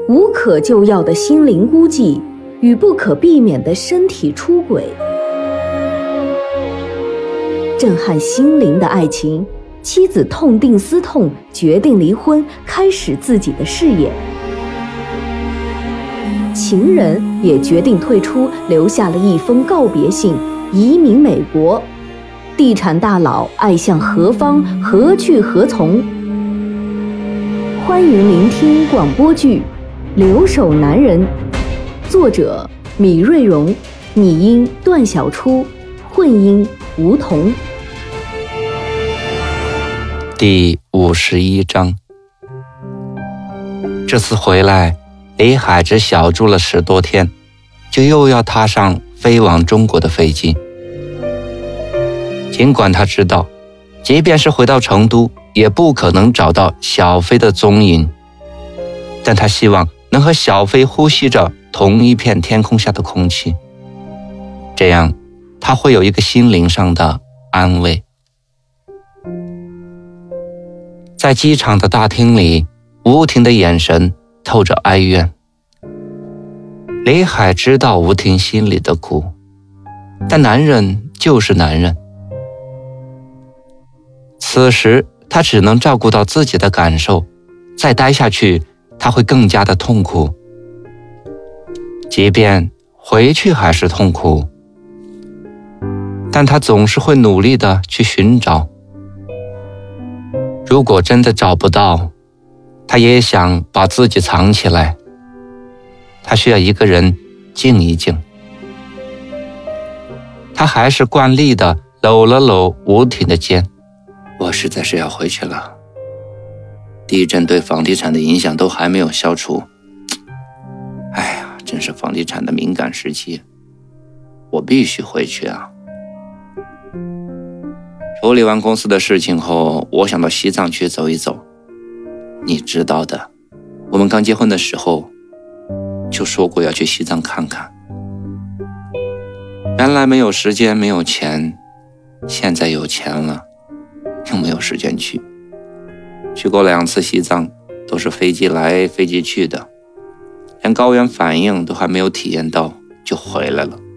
无可救药的心灵孤寂与不可避免的身体出轨，震撼心灵的爱情，妻子痛定思痛，决定离婚，开始自己的事业。情人也决定退出，留下了一封告别信，移民美国。地产大佬爱向何方，何去何从？欢迎聆听广播剧《留守男人》，作者米瑞荣，拟音段小初，混音吴桐。 第51章。这次回来，李海只小住了10多天，就又要踏上飞往中国的飞机。尽管他知道，即便是回到成都，也不可能找到小飞的踪影，但他希望能和小飞呼吸着同一片天空下的空气，这样他会有一个心灵上的安慰。在机场的大厅里，吴婷的眼神透着哀怨。李海知道吴婷心里的苦，但男人就是男人。此时他只能照顾到自己的感受，再待下去他会更加的痛苦。即便回去还是痛苦，但他总是会努力的去寻找。如果真的找不到，他也想把自己藏起来。他需要一个人静一静。他还是惯例的搂了搂吴婷的肩。我实在是要回去了，地震对房地产的影响都还没有消除。哎呀，真是房地产的敏感时期，我必须回去啊。处理完公司的事情后，我想到西藏去走一走。你知道的，我们刚结婚的时候就说过要去西藏看看。原来没有时间，没有钱，现在有钱了，又没有时间去。去过2次西藏，都是飞机来飞机去的，连高原反应都还没有体验到就回来了。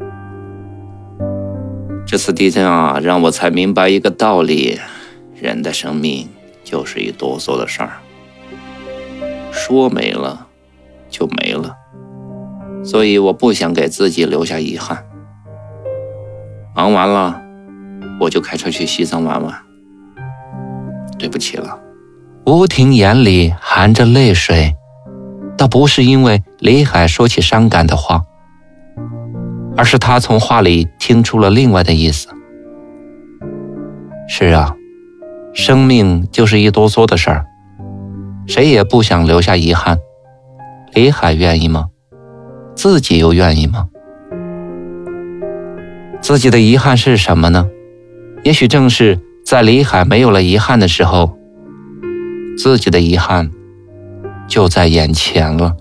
这次地震啊，让我才明白一个道理，人的生命就是一哆嗦的事儿，说没了就没了，所以我不想给自己留下遗憾。忙完了，我就开车去西藏玩玩。对不起了。吴婷眼里含着泪水，倒不是因为李海说起伤感的话，而是他从话里听出了另外的意思。是啊，生命就是一哆嗦的事儿，谁也不想留下遗憾。李海愿意吗？自己又愿意吗？自己的遗憾是什么呢？也许正是在李海没有了遗憾的时候，自己的遗憾就在眼前了。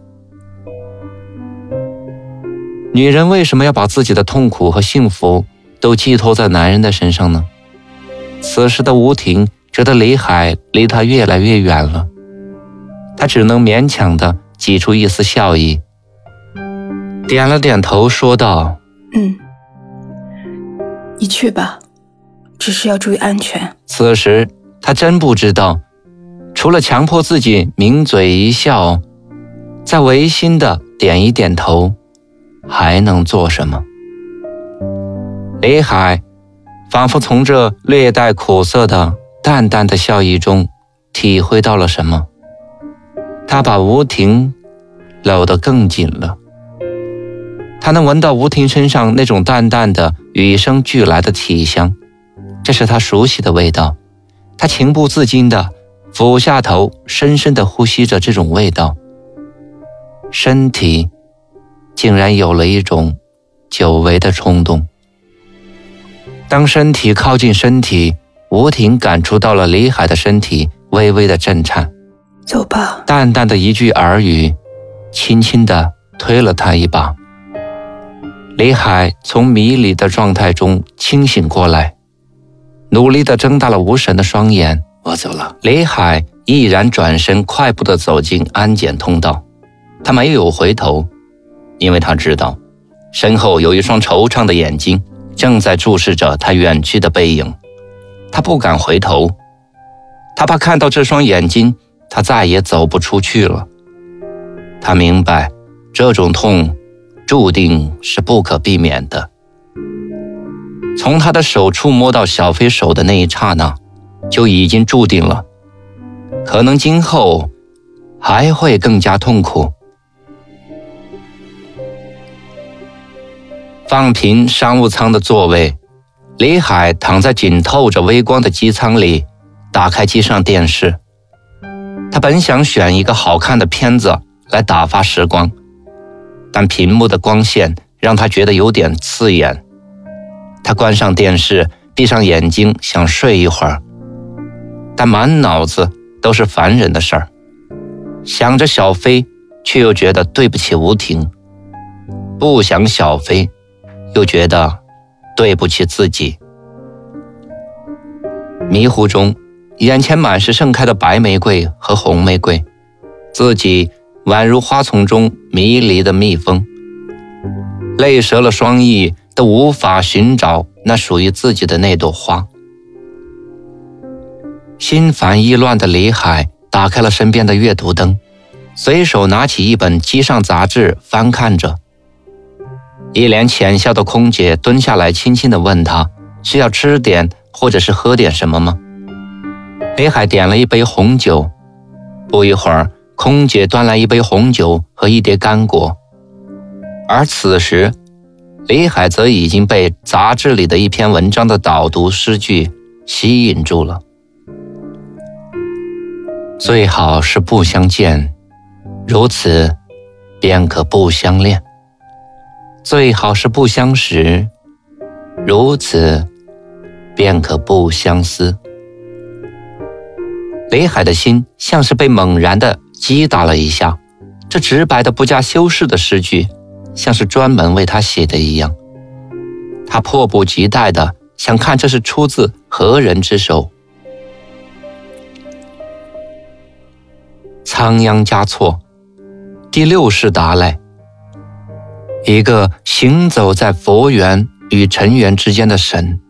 女人为什么要把自己的痛苦和幸福都寄托在男人的身上呢？此时的吴婷觉得李海离她越来越远了，她只能勉强地挤出一丝笑意，点了点头说道： 你去吧，只是要注意安全。 此时她真不知道，除了强迫自己抿嘴一笑，再违心地点一点头，还能做什么？李海仿佛从这略带苦涩的淡淡的笑意中体会到了什么，他把吴婷搂得更紧了。他能闻到吴婷身上那种淡淡的与生俱来的体香，这是他熟悉的味道。他情不自禁地俯下头，深深地呼吸着这种味道，身体竟然有了一种久违的冲动。当身体靠近身体，吴婷感触到了李海的身体微微的震颤。 走吧。 淡淡的一句耳语，轻轻地推了他一把。李海从迷离的状态中清醒过来，努力地睁大了无神的双眼。我走了。李海毅然转身，快步地走进安检通道。 他没有回头，因为他知道身后有一双惆怅的眼睛正在注视着他远去的背影。他不敢回头，他怕看到这双眼睛，他再也走不出去了。他明白，这种痛注定是不可避免的。从他的手触摸到小飞手的那一刹那，就已经注定了，可能今后还会更加痛苦。放平商务舱的座位，李海躺在紧透着微光的机舱里，打开机上电视。他本想选一个好看的片子来打发时光，但屏幕的光线让他觉得有点刺眼。他关上电视，闭上眼睛想睡一会儿，但满脑子都是烦人的事儿，想着小飞，却又觉得对不起吴婷；不想小飞，又觉得对不起自己。迷糊中，眼前满是盛开的白玫瑰和红玫瑰，自己宛如花丛中迷离的蜜蜂，累折了双翼都无法寻找那属于自己的那朵花。心烦意乱的李海打开了身边的阅读灯，随手拿起一本机上杂志翻看着。一脸浅笑的空姐蹲下来轻轻地问他，需要吃点或者是喝点什么吗？李海点了一杯红酒，不一会儿，空姐端来一杯红酒和一碟干果。而此时，李海则已经被杂志里的一篇文章的导读诗句吸引住了。最好是不相见，如此便可不相恋；最好是不相识，如此便可不相思。李海的心像是被猛然地击打了一下，这直白的不加修饰的诗句像是专门为他写的一样。他迫不及待地想看这是出自何人之手。仓央嘉措，第六世达赖，一个行走在佛缘与尘缘之间的神，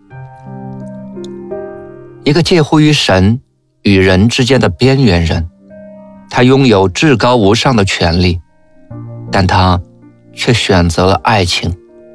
一个介乎于神与人之间的边缘人。他拥有至高无上的权利，但他却选择了爱情。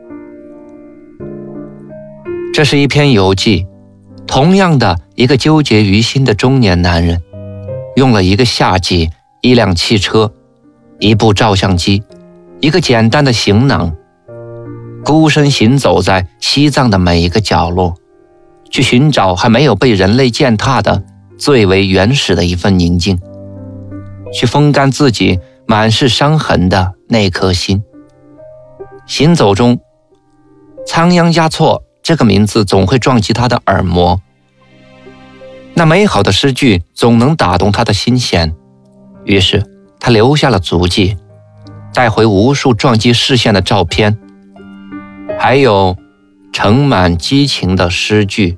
这是一篇游记，同样的一个纠结于心的中年男人，用了一个夏季、一辆汽车、一部照相机、一个简单的行囊，孤身行走在西藏的每一个角落，去寻找还没有被人类践踏的最为原始的一份宁静，去风干自己满是伤痕的那颗心。行走中，仓央嘉措这个名字总会撞击他的耳膜，那美好的诗句总能打动他的心弦，于是他留下了足迹，带回无数撞击视线的照片，还有盛满激情的诗句。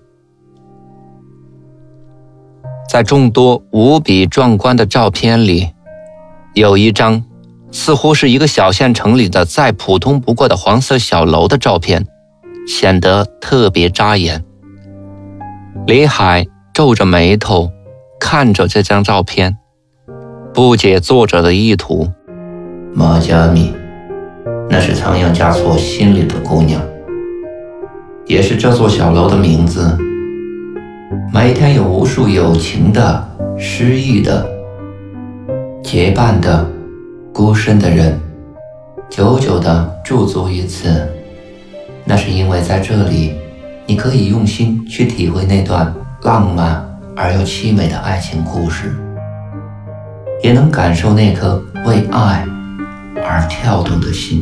在众多无比壮观的照片里，有一张似乎是一个小县城里的再普通不过的黄色小楼的照片，显得特别扎眼。李海皱着眉头看着这张照片，不解作者的意图。 玛加米，那是仓央嘉措心里的姑娘，也是这座小楼的名字。每天有无数有情的、失意的、结伴的、孤身的人，久久地驻足于此。那是因为在这里，你可以用心去体会那段浪漫而又凄美的爱情故事，也能感受那颗为爱而跳动的心。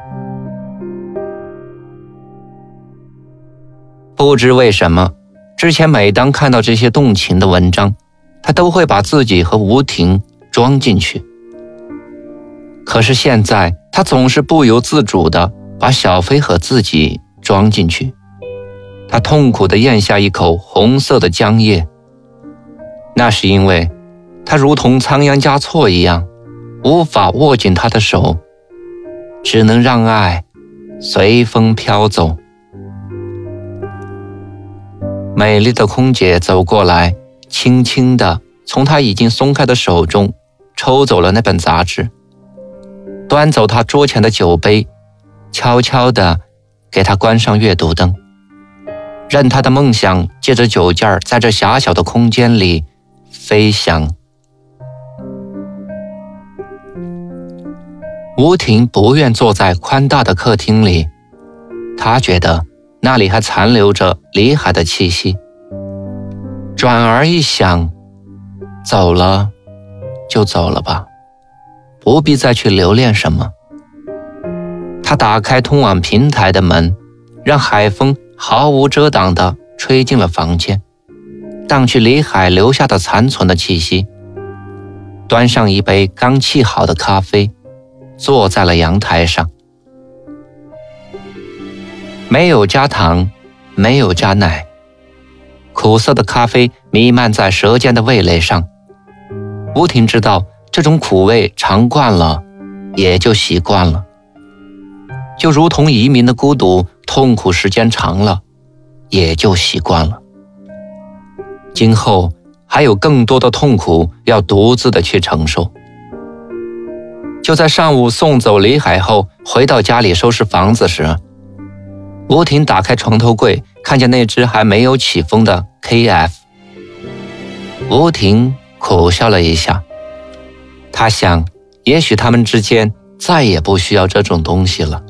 不知为什么，之前每当看到这些动情的文章，他都会把自己和吴婷装进去。可是现在，他总是不由自主地把小飞和自己装进去。他痛苦地咽下一口红色的浆液，那是因为他如同仓央嘉措一样， 无法握紧他的手，只能让爱随风飘走。美丽的空姐走过来，轻轻地从他已经松开的手中抽走了那本杂志，端走他桌前的酒杯，悄悄地给他关上阅读灯，任他的梦想借着酒劲儿在这狭小的空间里飞翔。吴婷不愿坐在宽大的客厅里，她觉得那里还残留着李海的气息。转而一想，走了就走了吧，不必再去留恋什么。她打开通往平台的门，让海风毫无遮挡地吹进了房间，荡去李海留下的残存的气息。端上一杯刚沏好的咖啡，坐在了阳台上。没有加糖，没有加奶，苦涩的咖啡弥漫在舌尖的味蕾上。吴婷知道这种苦味尝惯了，也就习惯了。就如同移民的孤独，痛苦时间长了，也就习惯了。今后还有更多的痛苦要独自的去承受。就在上午送走李海后，回到家里收拾房子时，吴婷打开床头柜，看见那只还没有起风的 KF。 吴婷苦笑了一下，她想，也许他们之间再也不需要这种东西了。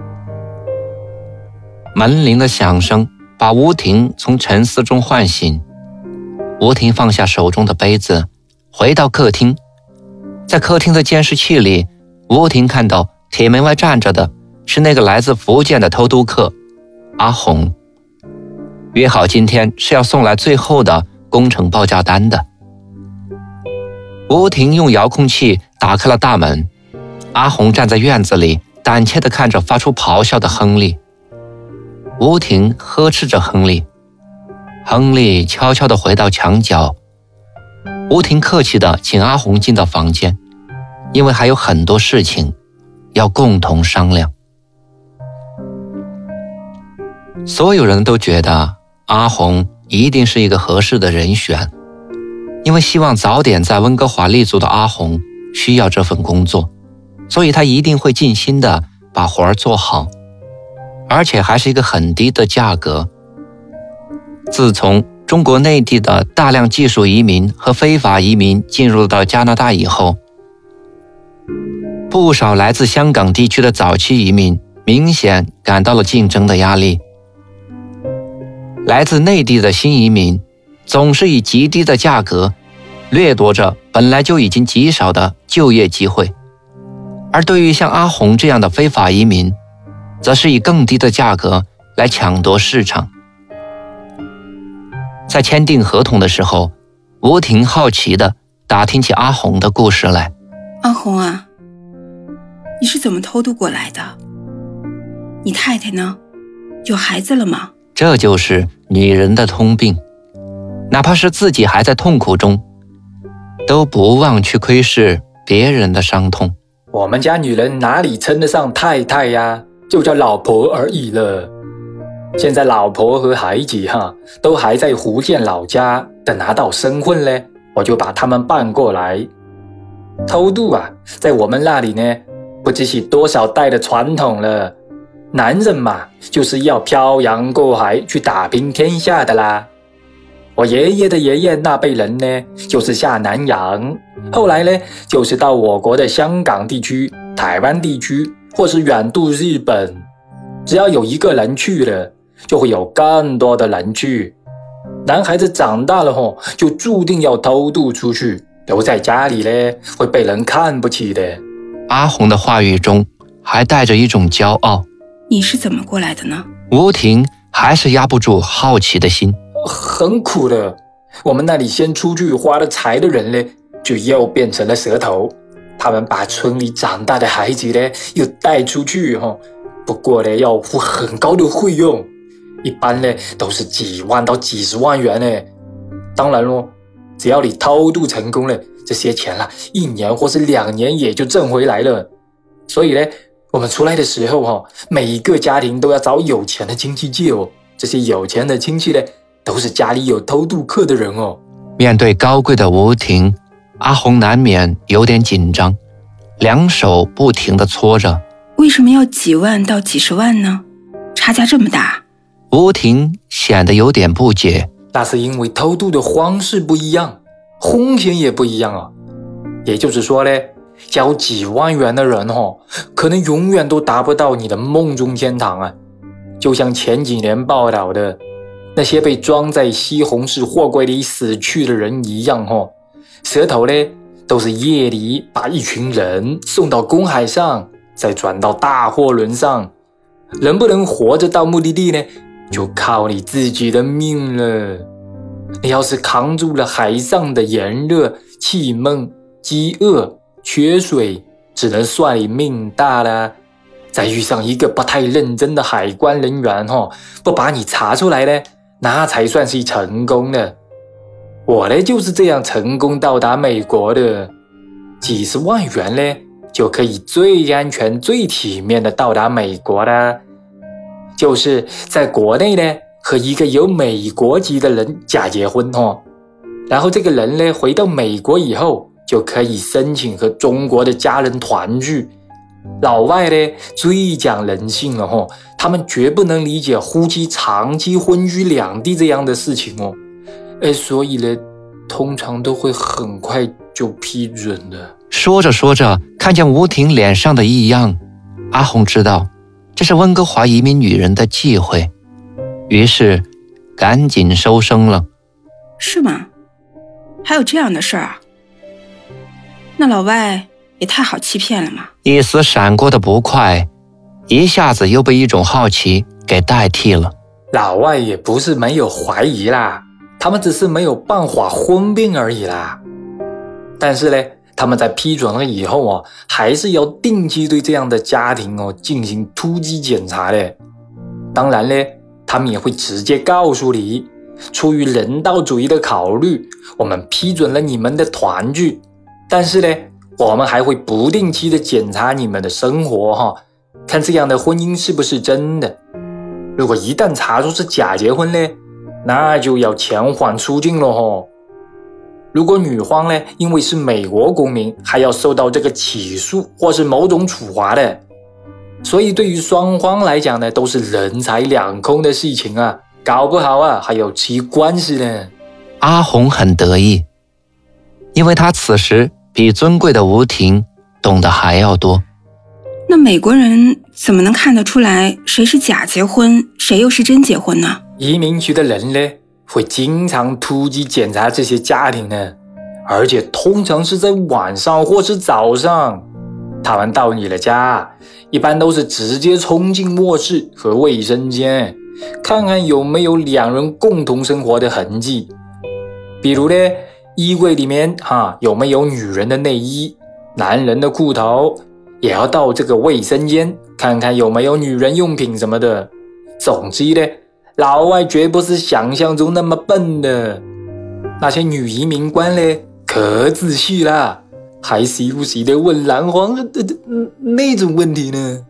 门铃的响声把吴婷从沉思中唤醒。吴婷放下手中的杯子，回到客厅。在客厅的监视器里，吴婷看到铁门外站着的是那个来自福建的偷渡客阿红，约好今天是要送来最后的工程报价单的。吴婷用遥控器打开了大门，阿红站在院子里，胆怯地看着发出咆哮的亨利。吴婷呵斥着亨利，亨利悄悄地回到墙角。吴婷客气地请阿红进到房间，因为还有很多事情要共同商量。所有人都觉得阿红一定是一个合适的人选，因为希望早点在温哥华立足的阿红需要这份工作，所以他一定会尽心地把活儿做好，而且还是一个很低的价格。自从中国内地的大量技术移民和非法移民进入到加拿大以后，不少来自香港地区的早期移民明显感到了竞争的压力。来自内地的新移民总是以极低的价格掠夺着本来就已经极少的就业机会，而对于像阿红这样的非法移民，则是以更低的价格来抢夺市场。在签订合同的时候，吴婷好奇地打听起阿红的故事来。 阿红啊，你是怎么偷渡过来的？你太太呢？有孩子了吗？ 这就是女人的通病，哪怕是自己还在痛苦中，都不忘去窥视别人的伤痛。 我们家女人哪里称得上太太呀，就叫老婆而已了。现在老婆和孩子都还在福建老家，等拿到身份呢，我就把他们办过来。偷渡啊，在我们那里呢，不知是多少代的传统了。男人嘛，就是要漂洋过海去打拼天下的啦。我爷爷的爷爷那辈人呢，就是下南洋，后来呢，就是到我国的香港地区、台湾地区，或是远渡日本。只要有一个人去了，就会有更多的人去。男孩子长大了后，就注定要偷渡出去，留在家里呢，会被人看不起的。 阿红的话语中还带着一种骄傲。 你是怎么过来的呢？ 吴婷还是压不住好奇的心。 很苦的，我们那里先出去花了财的人呢，就又变成了蛇头。他们把村里长大的孩子呢，又带出去不过呢，要付很高的费用，一般呢都是几万到几十万元呢。当然咯，只要你偷渡成功了， 这些钱啦，1年或是2年也就挣回来了。所以呢，我们出来的时候每一个家庭都要找有钱的亲戚借哦。这些有钱的亲戚呢，都是家里有偷渡客的人哦。 面对高贵的吴婷，阿红难免有点紧张，两手不停地搓着。 为什么要几万到几十万呢？差价这么大？ 吴婷显得有点不解。 那是因为偷渡的方式不一样，风险也不一样啊。也就是说呢，交几万元的人可能永远都达不到你的梦中天堂啊。就像前几年报道的那些被装在西红柿货柜里死去的人一样舌头呢都是夜里把一群人送到公海上，再转到大货轮上。能不能活着到目的地呢，就靠你自己的命了。你要是扛住了海上的炎热、气闷、饥饿、缺水，只能算你命大了。再遇上一个不太认真的海关人员不把你查出来呢，那才算是成功的。我呢就是这样成功到达美国的。几十万元呢就可以最安全最体面的到达美国了。就是在国内呢和一个有美国籍的人假结婚然后这个人呢回到美国以后就可以申请和中国的家人团聚。老外呢最讲人性了他们绝不能理解夫妻长期分居两地这样的事情所以呢通常都会很快就批准的。 说着说着，看见吴婷脸上的异样，阿红知道这是温哥华移民女人的忌讳，于是赶紧收声了。 是吗？还有这样的事儿啊？那老外也太好欺骗了嘛。 一丝闪过的不快，一下子又被一种好奇给代替了。 老外也不是没有怀疑啦，他们只是没有办法分辨而已啦。但是呢，他们在批准了以后还是要定期对这样的家庭进行突击检查的。当然呢，他们也会直接告诉你，出于人道主义的考虑，我们批准了你们的团聚，但是呢，我们还会不定期的检查你们的生活看这样的婚姻是不是真的。如果一旦查出是假结婚呢，那就要遣返出境了如果女方呢，因为是美国公民，还要受到这个起诉或是某种处罚的。所以对于双方来讲呢，都是人财两空的事情啊，搞不好还有起官司呢。 阿红很得意，因为他此时比尊贵的吴婷懂得还要多。 那美国人怎么能看得出来谁是假结婚，谁又是真结婚呢？ 移民局的人呢，会经常突击检查这些家庭呢，而且通常是在晚上或是早上。他们到你的家，一般都是直接冲进卧室和卫生间，看看有没有两人共同生活的痕迹。比如呢，衣柜里面有没有女人的内衣、男人的裤头，也要到这个卫生间看看有没有女人用品什么的。总之呢，老外绝不是想象中那么笨的。那些女移民官呢，可仔细啦，还时不时的问蓝黄那种问题呢。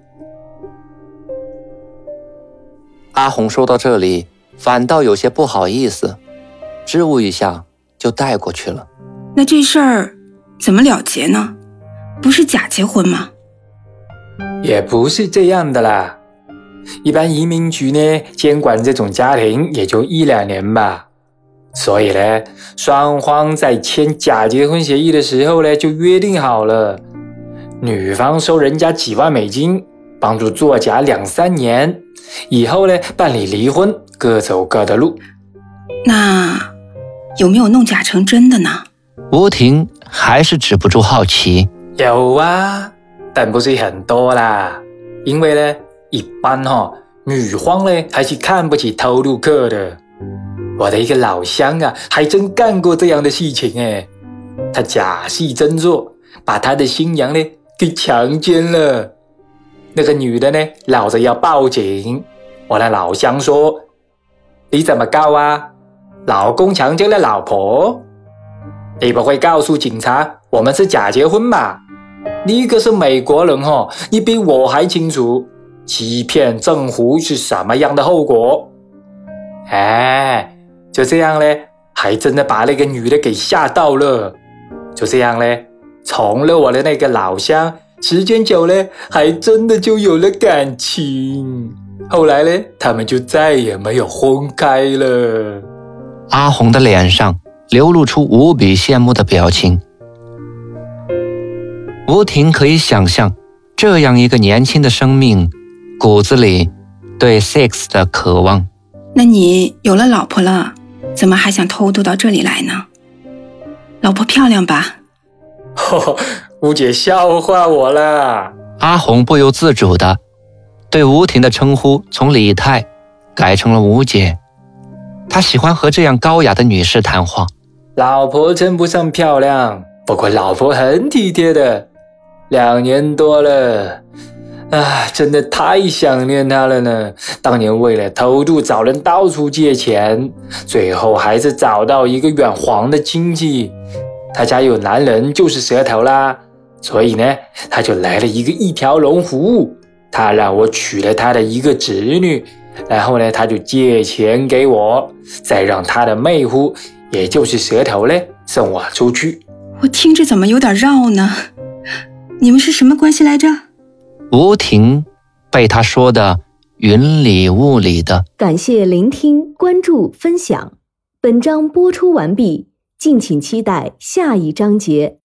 阿红说到这里，反倒有些不好意思，支吾一下就带过去了。 那这事儿怎么了结呢？不是假结婚吗？ 也不是这样的啦，一般移民局呢监管这种家庭也就1-2年吧。所以呢，双方在签假结婚协议的时候呢，就约定好了，女方收人家几万美金，帮助作假2-3年，以后呢办理离婚，各走各的路。 那有没有弄假成真的呢？ 吴婷还是止不住好奇。 有啊，但不是很多啦，因为呢，一般女方呢还是看不起偷渡客的。我的一个老乡还真干过这样的事情他假戏真做，把他的新娘呢给强奸了。那个女的呢闹着要报警，我的老乡说：“你怎么告啊？老公强奸了老婆？” 你不会告诉警察我们是假结婚吧？你一个是美国人你比我还清楚欺骗政府是什么样的后果。哎，就这样嘞，还真的把那个女的给吓到了。就这样嘞，从了我的那个老乡，时间久了，还真的就有了感情。后来呢，他们就再也没有分开了。 阿红的脸上流露出无比羡慕的表情。吴婷可以想象，这样一个年轻的生命，骨子里对 sex 的渴望。 那你有了老婆了，怎么还想偷渡到这里来呢？老婆漂亮吧？ 吴姐笑话我了。 阿红不由自主地对吴婷的称呼从李太改成了吴姐。她喜欢和这样高雅的女士谈话。 老婆称不上漂亮，不过老婆很体贴的。2年多了，真的太想念她了呢。当年为了偷渡找人到处借钱，最后还是找到一个远房的亲戚，他家有男人就是舌头啦，所以呢，他就来了一个一条龙服务。他让我娶了他的一个侄女，然后呢，他就借钱给我，再让他的妹夫，也就是舌头呢，送我出去。 我听着怎么有点绕呢？你们是什么关系来着？ 吴婷被他说的云里雾里的。 感谢聆听、关注、分享。本章播出完毕，敬请期待下一章节。